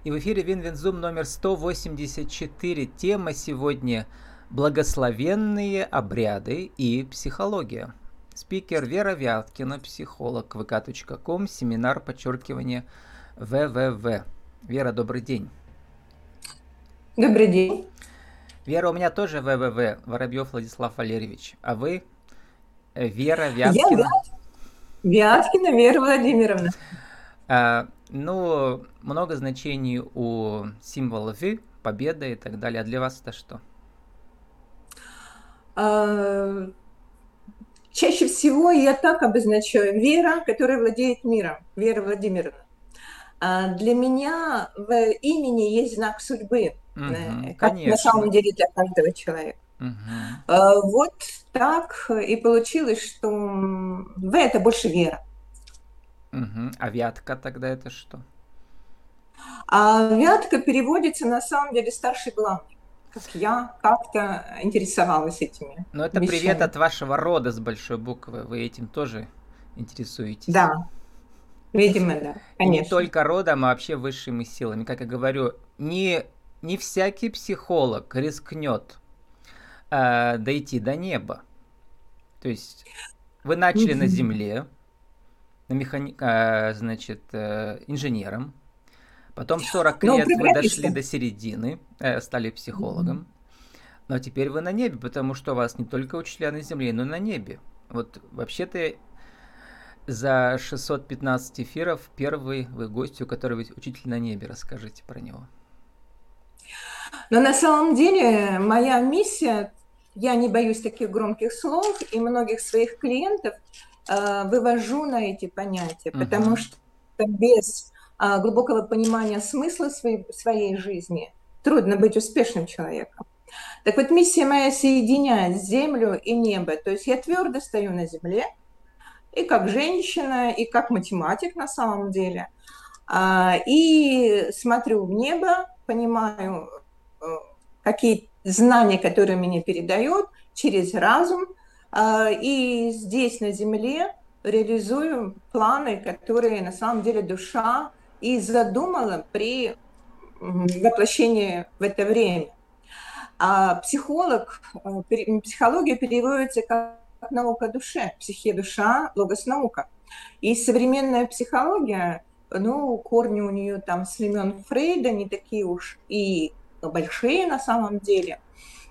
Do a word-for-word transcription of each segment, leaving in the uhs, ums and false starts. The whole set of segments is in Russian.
И в эфире Винвинзум номер сто восемьдесят четыре. Тема сегодня «Благословенные обряды и психология». Спикер Вера Вяткина, психолог, вэ ка точка ком, семинар, подчеркивание, вэ вэ вэ. Вера, добрый день. Добрый день. Вера, у меня тоже вэ вэ вэ, Воробьев Владислав Валерьевич. А вы Вера Вяткина? Я Вяткина Вера Владимировна. А, ну, много значений у символа «вы», победа и так далее. А для вас это что? А, чаще всего я так обозначаю: Вера, которая владеет миром, Вера Владимировна. А для меня в имени есть знак судьбы, Угу, как на самом деле для каждого человека. Угу. А, вот так и получилось, что В – это больше вера. Угу. А Вятка тогда это что? А Вятка переводится на самом деле старший главный. Как я как-то интересовалась этими Ну, это вещами. Привет от вашего рода с большой буквы. Вы этим тоже интересуетесь? Да, видимо, да, конечно. И не только родом, а вообще высшими силами. Как я говорю, не, не всякий психолог рискнет э, дойти до неба. То есть вы начали на Земле, на механи... э, значит, э, инженером. Потом сорок лет вы дошли до середины, э, стали психологом. Но теперь вы на небе, потому что вас не только учителя на земле, но и на небе. Вот вообще-то за шестьсот пятнадцать эфиров первый вы гость, у которого учитель на небе. Расскажите про него. Но на самом деле моя миссия, я не боюсь таких громких слов, и многих своих клиентов э, вывожу на эти понятия, uh-huh. потому что без э, глубокого понимания смысла своей, своей жизни трудно быть успешным человеком. Так вот, миссия моя соединяет землю и небо. То есть я твердо стою на земле, и как женщина, и как математик на самом деле. И смотрю в небо, понимаю, какие знания, которые мне передают через разум. И здесь на земле реализую планы, которые на самом деле душа и задумала при воплощении в это время. А психолог, психология переводится как наука о душе, психия душа, логос наука. И современная психология, ну, корни у нее там с времен Фрейда не такие уж и большие на самом деле.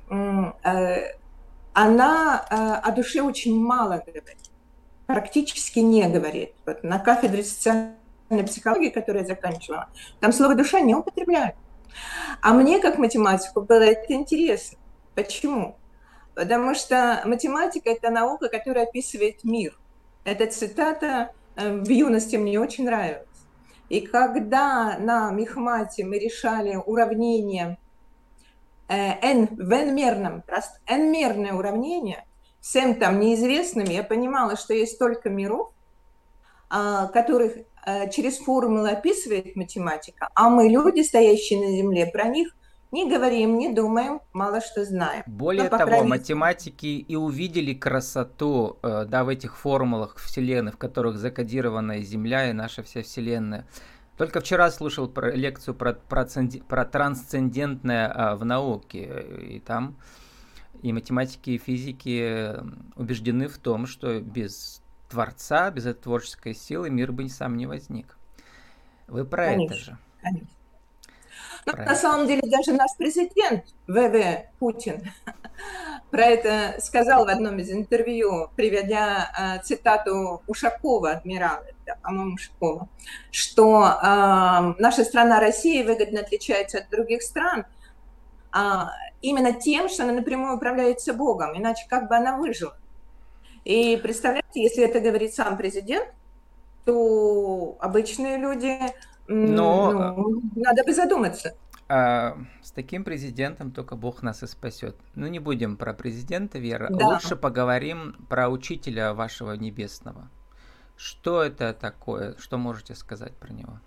Она о душе очень мало говорит, практически не говорит. Вот на кафедре социальной психологии, которую я заканчивала, там слово «душа» не употребляют. А мне, как математику, было это интересно. Почему? Потому что математика – это наука, которая описывает мир. Эта цитата в юности мне очень нравилась. И когда на мехмате мы решали уравнение n в n-мерном, просто n-мерное уравнение с m там неизвестными, я понимала, что есть столько миров, которых через формулы описывает математика, а мы, люди, стоящие на Земле, про них не говорим, не думаем, мало что знаем. Более Но, того, крайней... математики и увидели красоту да, в этих формулах Вселенной, в которых закодирована и Земля, и наша вся Вселенная. Только вчера слушал про лекцию про, про, про трансцендентное а, в науке, и там и математики, и физики убеждены в том, что без Творца, без этой творческой силы мир бы сам не возник. Вы про конечно, это же. Конечно. Ну, на самом же. деле даже наш президент вэ вэ Путин про это сказал в одном из интервью, приведя э, цитату Ушакова, адмирала, да, по-моему, Ушакова, что э, наша страна Россия выгодно отличается от других стран э, именно тем, что она напрямую управляется Богом, иначе как бы она выжила. И представляете, если это говорит сам президент, то обычные люди, Но, ну, надо бы задуматься. А, с таким президентом только Бог нас и спасет. Ну, не будем про президента, Вера. Да. Лучше поговорим про учителя вашего небесного. Что это такое? Что можете сказать про него?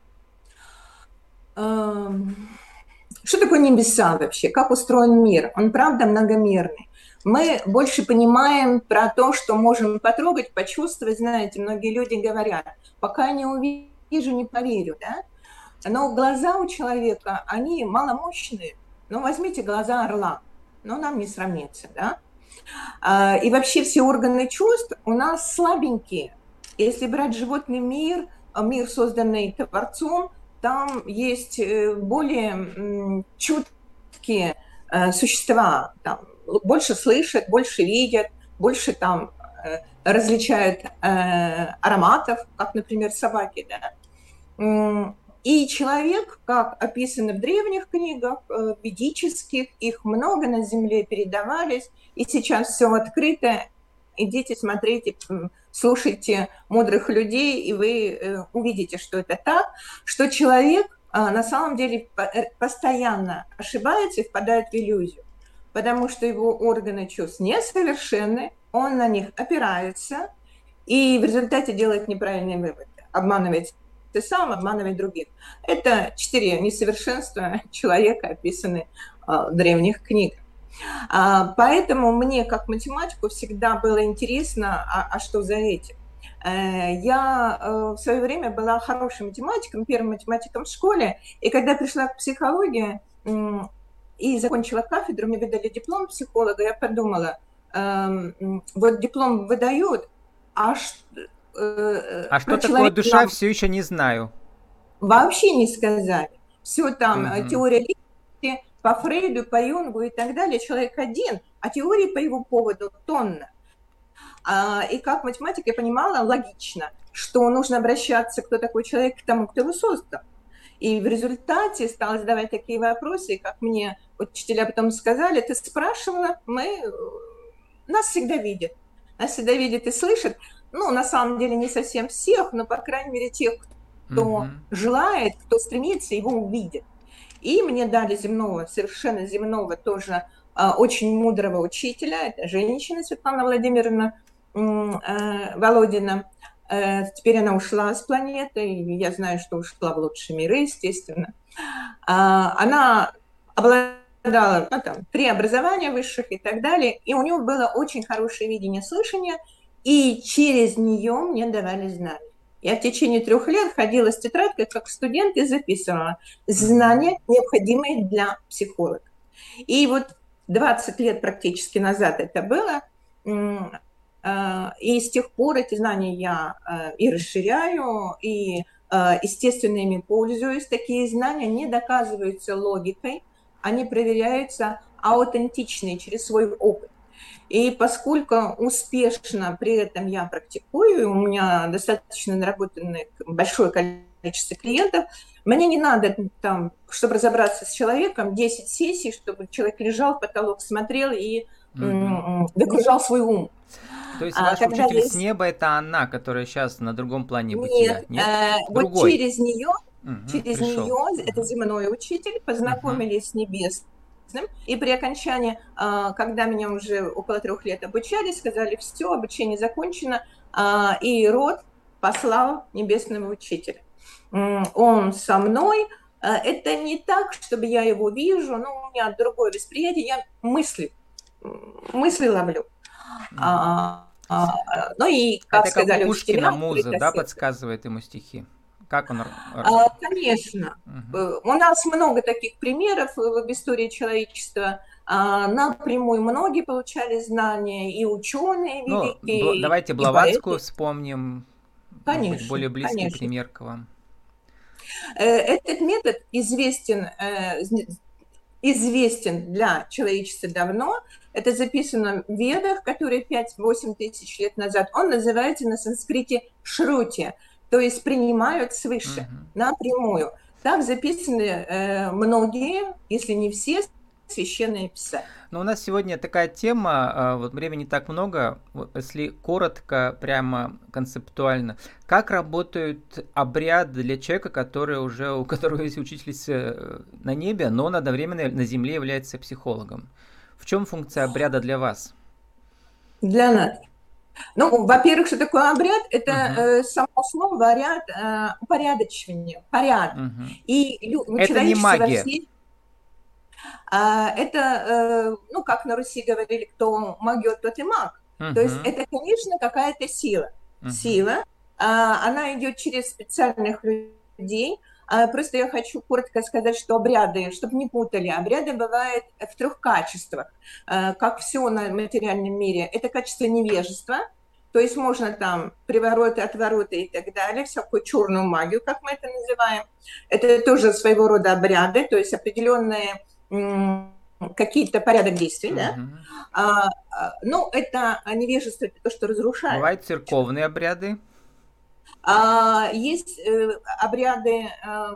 Что такое небеса вообще? Как устроен мир? Он, правда, многомерный. Мы больше понимаем про то, что можем потрогать, почувствовать. Знаете, многие люди говорят, пока не увижу, не поверю, да? но глаза у человека, они маломощные. Ну, возьмите глаза орла, но нам не сравнится, да? А, и вообще все органы чувств у нас слабенькие. Если брать животный мир, мир, созданный Творцом, там есть более чуткие существа, там, больше слышат, больше видят, больше там различают ароматов, как, например, собаки, да. И человек, как описано в древних книгах, ведических, их много на земле передавались, и сейчас все открыто. Идите, смотрите, слушайте мудрых людей, и вы увидите, что это так, что человек на самом деле постоянно ошибается и впадает в иллюзию, потому что его органы чувств несовершенны, он на них опирается, и в результате делает неправильные выводы, обманывает ты сам, обманывать других. Это четыре несовершенства человека, описаны в древних книгах. Поэтому мне, как математику, всегда было интересно, а, а что за этим. Я в свое время была хорошим математиком, первым математиком в школе, и когда пришла к психологии и закончила кафедру, мне выдали диплом психолога, я подумала, вот диплом выдают, а что... А что такое душа, все еще не знаю. Вообще не сказали. Все там, угу. Теория личности, по Фрейду, по Юнгу и так далее. Человек один, а теории по его поводу тонна. А, и как математик я понимала логично, что нужно обращаться, кто такой человек, к тому, кто его создал. И в результате стала задавать такие вопросы, как мне учителя потом сказали, ты спрашивала, мы... Нас всегда видят. Нас всегда видят и слышат. Ну, на самом деле, не совсем всех, но, по крайней мере, тех, кто uh-huh. желает, кто стремится, его увидит. И мне дали земного, совершенно земного, тоже э, очень мудрого учителя, это женщина Светлана Владимировна э, Володина. Э, теперь она ушла с планеты, и я знаю, что ушла в лучшие миры, естественно. Э, она обладала ну, там, три образования высших и так далее, и у нее было очень хорошее видение слышания, и через нее мне давали знания. Я в течение трех лет ходила с тетрадкой, как студент, и записывала знания, необходимые для психолога. И вот двадцать лет практически назад это было, и с тех пор эти знания я и расширяю, и, естественно, ими пользуюсь. Такие знания не доказываются логикой, они проверяются аутентичные через свой опыт. И поскольку успешно при этом я практикую, у меня достаточно наработанное большое количество клиентов, мне не надо, там, чтобы разобраться с человеком, десять сессий, чтобы человек лежал в потолок, смотрел и mm-hmm. догружал свой ум. То есть ваш а, учитель есть... с неба – это она, которая сейчас на другом плане бытия? Нет, Нет? Э, вот через нее, mm-hmm. через Пришел. нее, mm-hmm. это земной учитель, познакомились mm-hmm. с небесным. И при окончании, когда меня уже около трех лет обучали, сказали, все, обучение закончено, и род послал небесного учителя. Он со мной. Это не так, чтобы я его вижу, но у меня другое восприятие, я мысли, мысли ловлю. Mm. Ну и, как это сказали как Пушкина учителя, муза, да, подсказывает ему стихи? Как он... Конечно. Угу. У нас много таких примеров в истории человечества. Напрямую многие получали знания, и ученые великие. Ну, давайте Блаватскую вспомним. Конечно. Более близкий конечно. пример к вам. Этот метод известен, известен для человечества давно. Это записано в Ведах, которые пять-восемь тысяч лет назад. Он называется на санскрите шрути. То есть принимают свыше, uh-huh. напрямую. Так записаны э, многие, если не все, священные писания. Но у нас сегодня такая тема, вот времени так много, если коротко, прямо концептуально. Как работают обряды для человека, который уже, у которого есть учитель на небе, но он одновременно на земле является психологом? В чем функция обряда для вас? Для нас. Ну, во-первых, что такое обряд? Это uh-huh. э, само слово ряд, э, упорядочивание, порядок. Uh-huh. И это не магия. России, э, это, э, ну, как на Руси говорили, кто могет, тот и маг. Uh-huh. То есть это, конечно, какая-то сила. Uh-huh. Сила, э, она идет через специальных людей, А, Просто я хочу коротко сказать, что обряды, чтобы не путали, обряды бывают в трех качествах. А, Как все на материальном мире, это качество невежества, то есть можно там привороты, отвороты и так далее, всякую черную магию, как мы это называем. Это тоже своего рода обряды, то есть определенные м, какие-то порядок действий, да. Мгм. А, а, ну, это невежество, это то, что разрушает. Бывают церковные обряды. А, есть э, обряды э,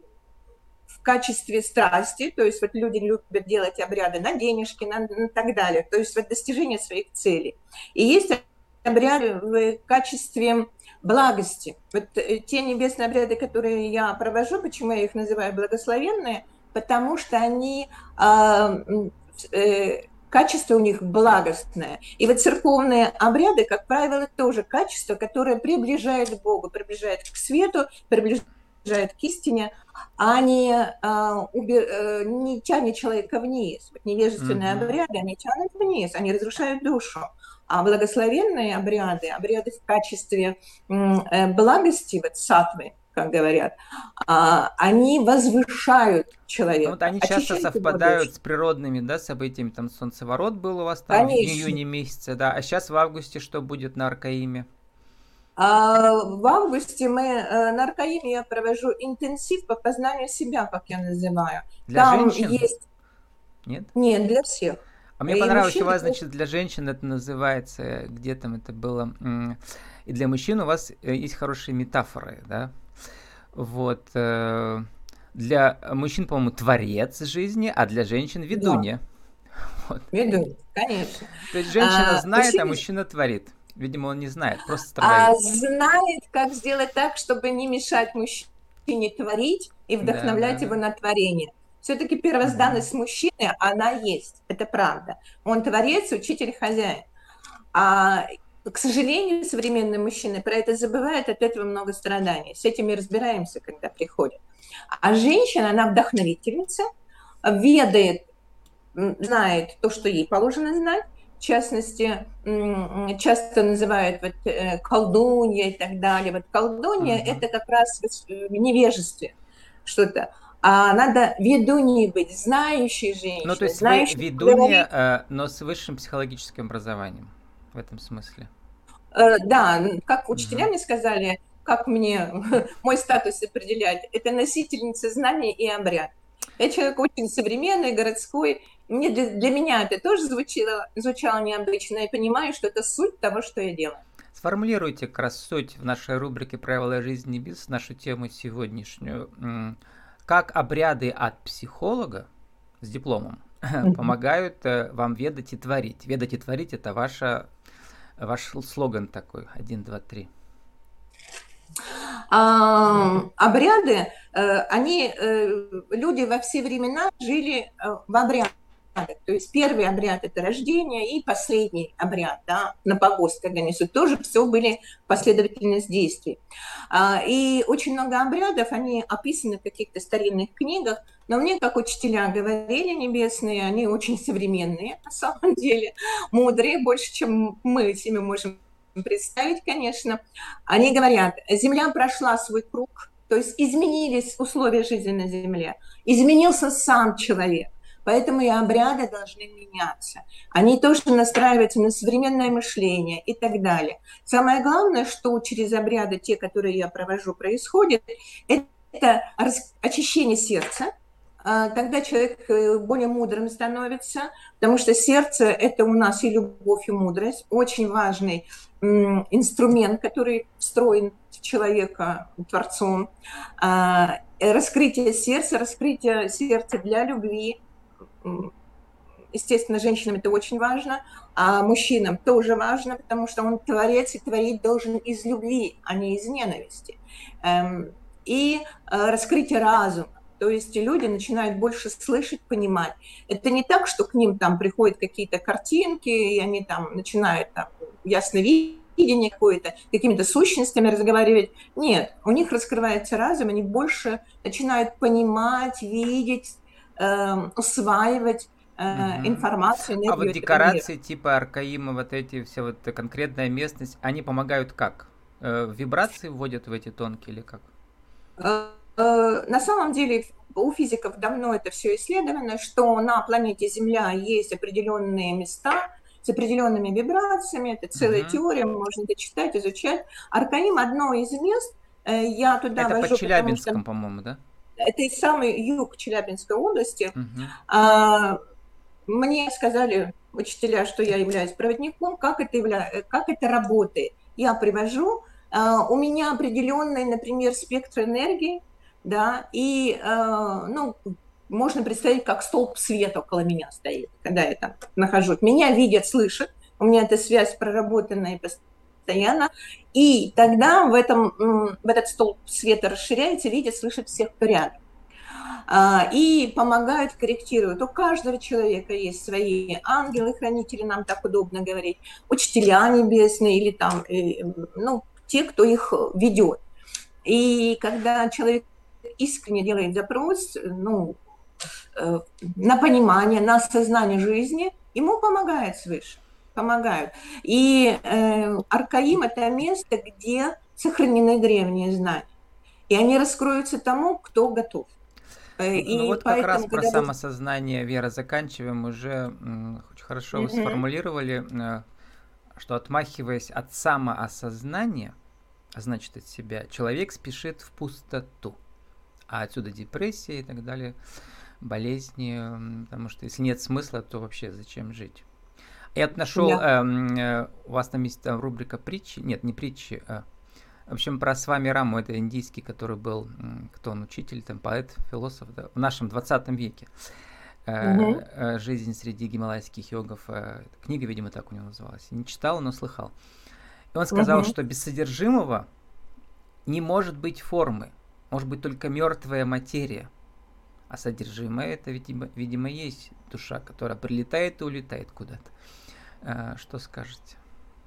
в качестве страсти, то есть вот люди любят делать обряды на денежки, на, на так далее, то есть вот достижение своих целей. И есть обряды в качестве благости. Вот э, те небесные обряды, которые я провожу, почему я их называю благословенные, потому что они а, э, качество у них благостное. И вот церковные обряды, как правило, тоже качество, которое приближает к Богу, приближает к свету, приближает к истине, а не, а, убер, а, не тянет человека вниз. Вот невежественные Мгм. обряды, они тянут вниз, они разрушают душу. А благословенные обряды, обряды в качестве м, э, благости, вот сатвы, как говорят, а, они возвышают Ну вот человека, они часто очищают его душу. совпадают с природными, да, событиями. Там солнцеворот был у вас там в Конечно. июне месяце, да. А сейчас в августе что будет на Аркаиме? А в августе мы э, на Аркаиме я провожу интенсив по познанию себя, как я называю. Для Там женщин? есть Нет? нет для всех. А мне И понравилось у мужчин, и вас, женщин. значит, для женщин это называется, где там это было. м, И для мужчин у вас э, есть хорошие метафоры, да? Вот. э, Для мужчин, по-моему, творец жизни, а для женщин Да, ведунья. Вот. веду, конечно. То есть женщина А, знает, а мужчина мужчина творит. Видимо, он не знает, просто а, страдает. знает, как сделать так, чтобы не мешать мужчине творить и Да, да, вдохновлять его да. на творение. Все-таки Мгм. первозданность мужчины, она есть, это правда. Он творец, учитель, хозяин. А, к сожалению, современные мужчины про это забывают, от этого много страданий. С этим мы разбираемся, когда приходят. А женщина, она вдохновительница, ведает, знает то, что ей положено знать. В частности, часто называют вот, э, колдунья и так далее. Вот колдунья – Мгм. это как раз в невежестве что-то. А надо ведуньей быть, знающей Ну, то женщиной, есть вы знающей, что ведунья, говорить. э, но с высшим психологическим образованием в этом смысле. Э, Да, как учителя Мгм. мне сказали, как мне мой статус определять, это носительница знаний и обряд. Я человек очень современный, городской. Мне, для, для меня это тоже звучало, звучало необычно. Я понимаю, что это суть того, что я делаю. Сформулируйте как раз суть в нашей рубрике «Правила жизни и бизнеса», нашу тему сегодняшнюю. М, Как обряды от психолога с дипломом Мгм. помогают э, вам ведать и творить. Ведать и творить – это ваша, ваш слоган такой. Один, два, три. А, обряды, э, они, э, люди во все времена жили э, в обрядах. То есть первый обряд – это рождение, и последний обряд, да, на погост, когда несут, тоже все были последовательность действий. А, и очень много обрядов, они описаны в каких-то старинных книгах, но мне, как учителя говорили небесные, они очень современные, на самом деле, мудрые, больше, чем мы себе можем представить, конечно. Они говорят, Земля прошла свой круг, то есть изменились условия жизни на Земле, изменился сам человек, поэтому и обряды должны меняться. Они тоже настраиваются на современное мышление и так далее. Самое главное, что через обряды, те, которые я провожу, происходит, это очищение сердца. Тогда человек более мудрым становится, потому что сердце – это у нас и любовь, и мудрость, очень важный инструмент, который встроен в человека Творцом. Раскрытие сердца, раскрытие сердца для любви. Естественно, женщинам это очень важно, а мужчинам тоже важно, потому что он творец и творить должен из любви, а не из ненависти. И раскрытие разума. То есть люди начинают больше слышать, понимать. Это не так, что к ним там приходят какие-то картинки, и они там начинают там, ясновидение какое-то, какими-то сущностями разговаривать. Нет, у них раскрывается разум, они больше начинают понимать, видеть, э, усваивать э, Мгм. информацию, А вот энергию этого мира. декорации типа Аркаима, вот эти все, вот э, конкретная местность, они помогают как? Э, Вибрации вводят в эти тонкие или как? на самом деле у физиков давно это все исследовано, что на планете Земля есть определенные места с определенными вибрациями. Это целая Мгм. теория, можно это читать, изучать. Аркаим – одно из мест, я туда Это под вожу, потому что Челябинском, по-моему, да? это и самый юг Челябинской области. Мгм. Мне сказали учителя, что я являюсь проводником, как это, явля... как это работает. Я привожу, у меня определенный, например, спектр энергии, да, и, ну, можно представить, как столб света около меня стоит, когда я там нахожусь. Меня видят, слышат, у меня эта связь проработанная постоянно, и тогда в, этом, в этот столб света расширяется, видят, слышат всех, кто рядом. И помогают, корректируют. У каждого человека есть свои ангелы-хранители, нам так удобно говорить, учителя небесные или там, ну, те, кто их ведет. И когда человек искренне делает запрос, ну, на понимание, на осознание жизни, ему помогает свыше, помогают. И э, Аркаим – это место, где сохранены древние знания. И они раскроются тому, кто готов. Ну И вот как раз поэтому, про когда вы... самосознание, Вера, заканчиваем. Уже очень хорошо вы Мгм. сформулировали, что отмахиваясь от самоосознания, а значит от себя, человек спешит в пустоту. А отсюда депрессия и так далее, болезни, потому что если нет смысла, то вообще зачем жить? Я нашел, Да. э, э, у вас там есть там рубрика притчи, нет, не притчи, а, в общем, про Свами Раму, это индийский, который был, кто он, учитель, там, поэт, философ, да, в нашем двадцатом веке. Мгм. Э, «Жизнь среди гималайских йогов», э, книга, видимо, так у него называлась. Не читал, но слыхал. И он сказал, Мгм. что без содержимого не может быть формы, может быть только мертвая материя. А содержимое это, видимо, видимо, есть душа, которая прилетает и улетает куда-то. Э, что скажете?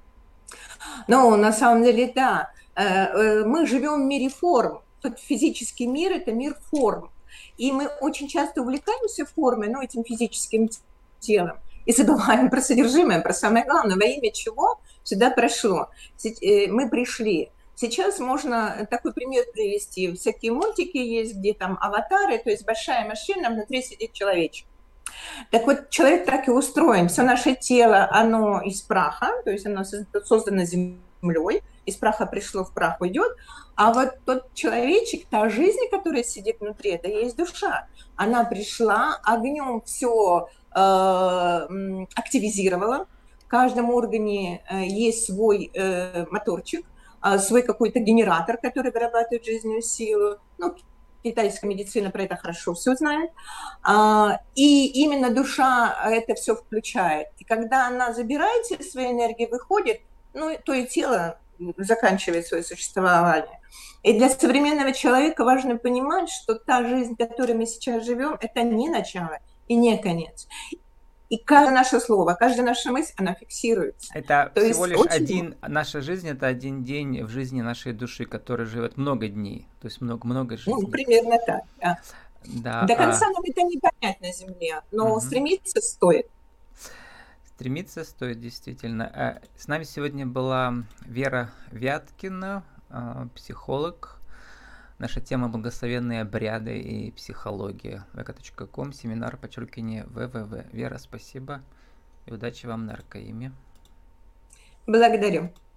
Ну, на самом деле, да. Мы живем в мире форм. Тот физический мир – это мир форм. И мы очень часто увлекаемся формой, ну, этим физическим телом, и забываем про содержимое, про самое главное, во имя чего сюда прошло. Мы пришли. Сейчас можно такой пример привести. Всякие мультики есть, где там аватары, то есть большая машина, внутри сидит человечек. Так вот, человек так и устроен. Все наше тело, оно из праха, то есть оно создано землей, из праха пришло, в прах уйдет. А вот тот человечек, та жизнь, которая сидит внутри, это и есть душа. Она пришла, огнем все э, активизировала. В каждом органе э, есть свой э, моторчик, э, свой какой-то генератор, который вырабатывает жизненную силу. Ну, китайская медицина про это хорошо все знает. И именно душа это все включает. И когда она забирает себе свою энергию, выходит, ну, то и тело заканчивает свое существование. И для современного человека важно понимать, что та жизнь, в которой мы сейчас живем, это не начало и не конец. И каждое наше слово, каждая наша мысль, она фиксируется. Это То всего есть лишь очень... один, наша жизнь это один день в жизни нашей души, которая живет много дней, то есть много-много Ну, жизней. примерно так, да. Да, До а, конца нам это не понять на Земле, но угу. стремиться стоит. Стремиться стоит действительно. С нами сегодня была Вера Вяткина, психолог. Наша тема «Благословенные обряды и психология». вэ ка точка ком, семинар, подчеркивание, вэ вэ вэ. Вера, спасибо и удачи вам на Аркаиме. Благодарю.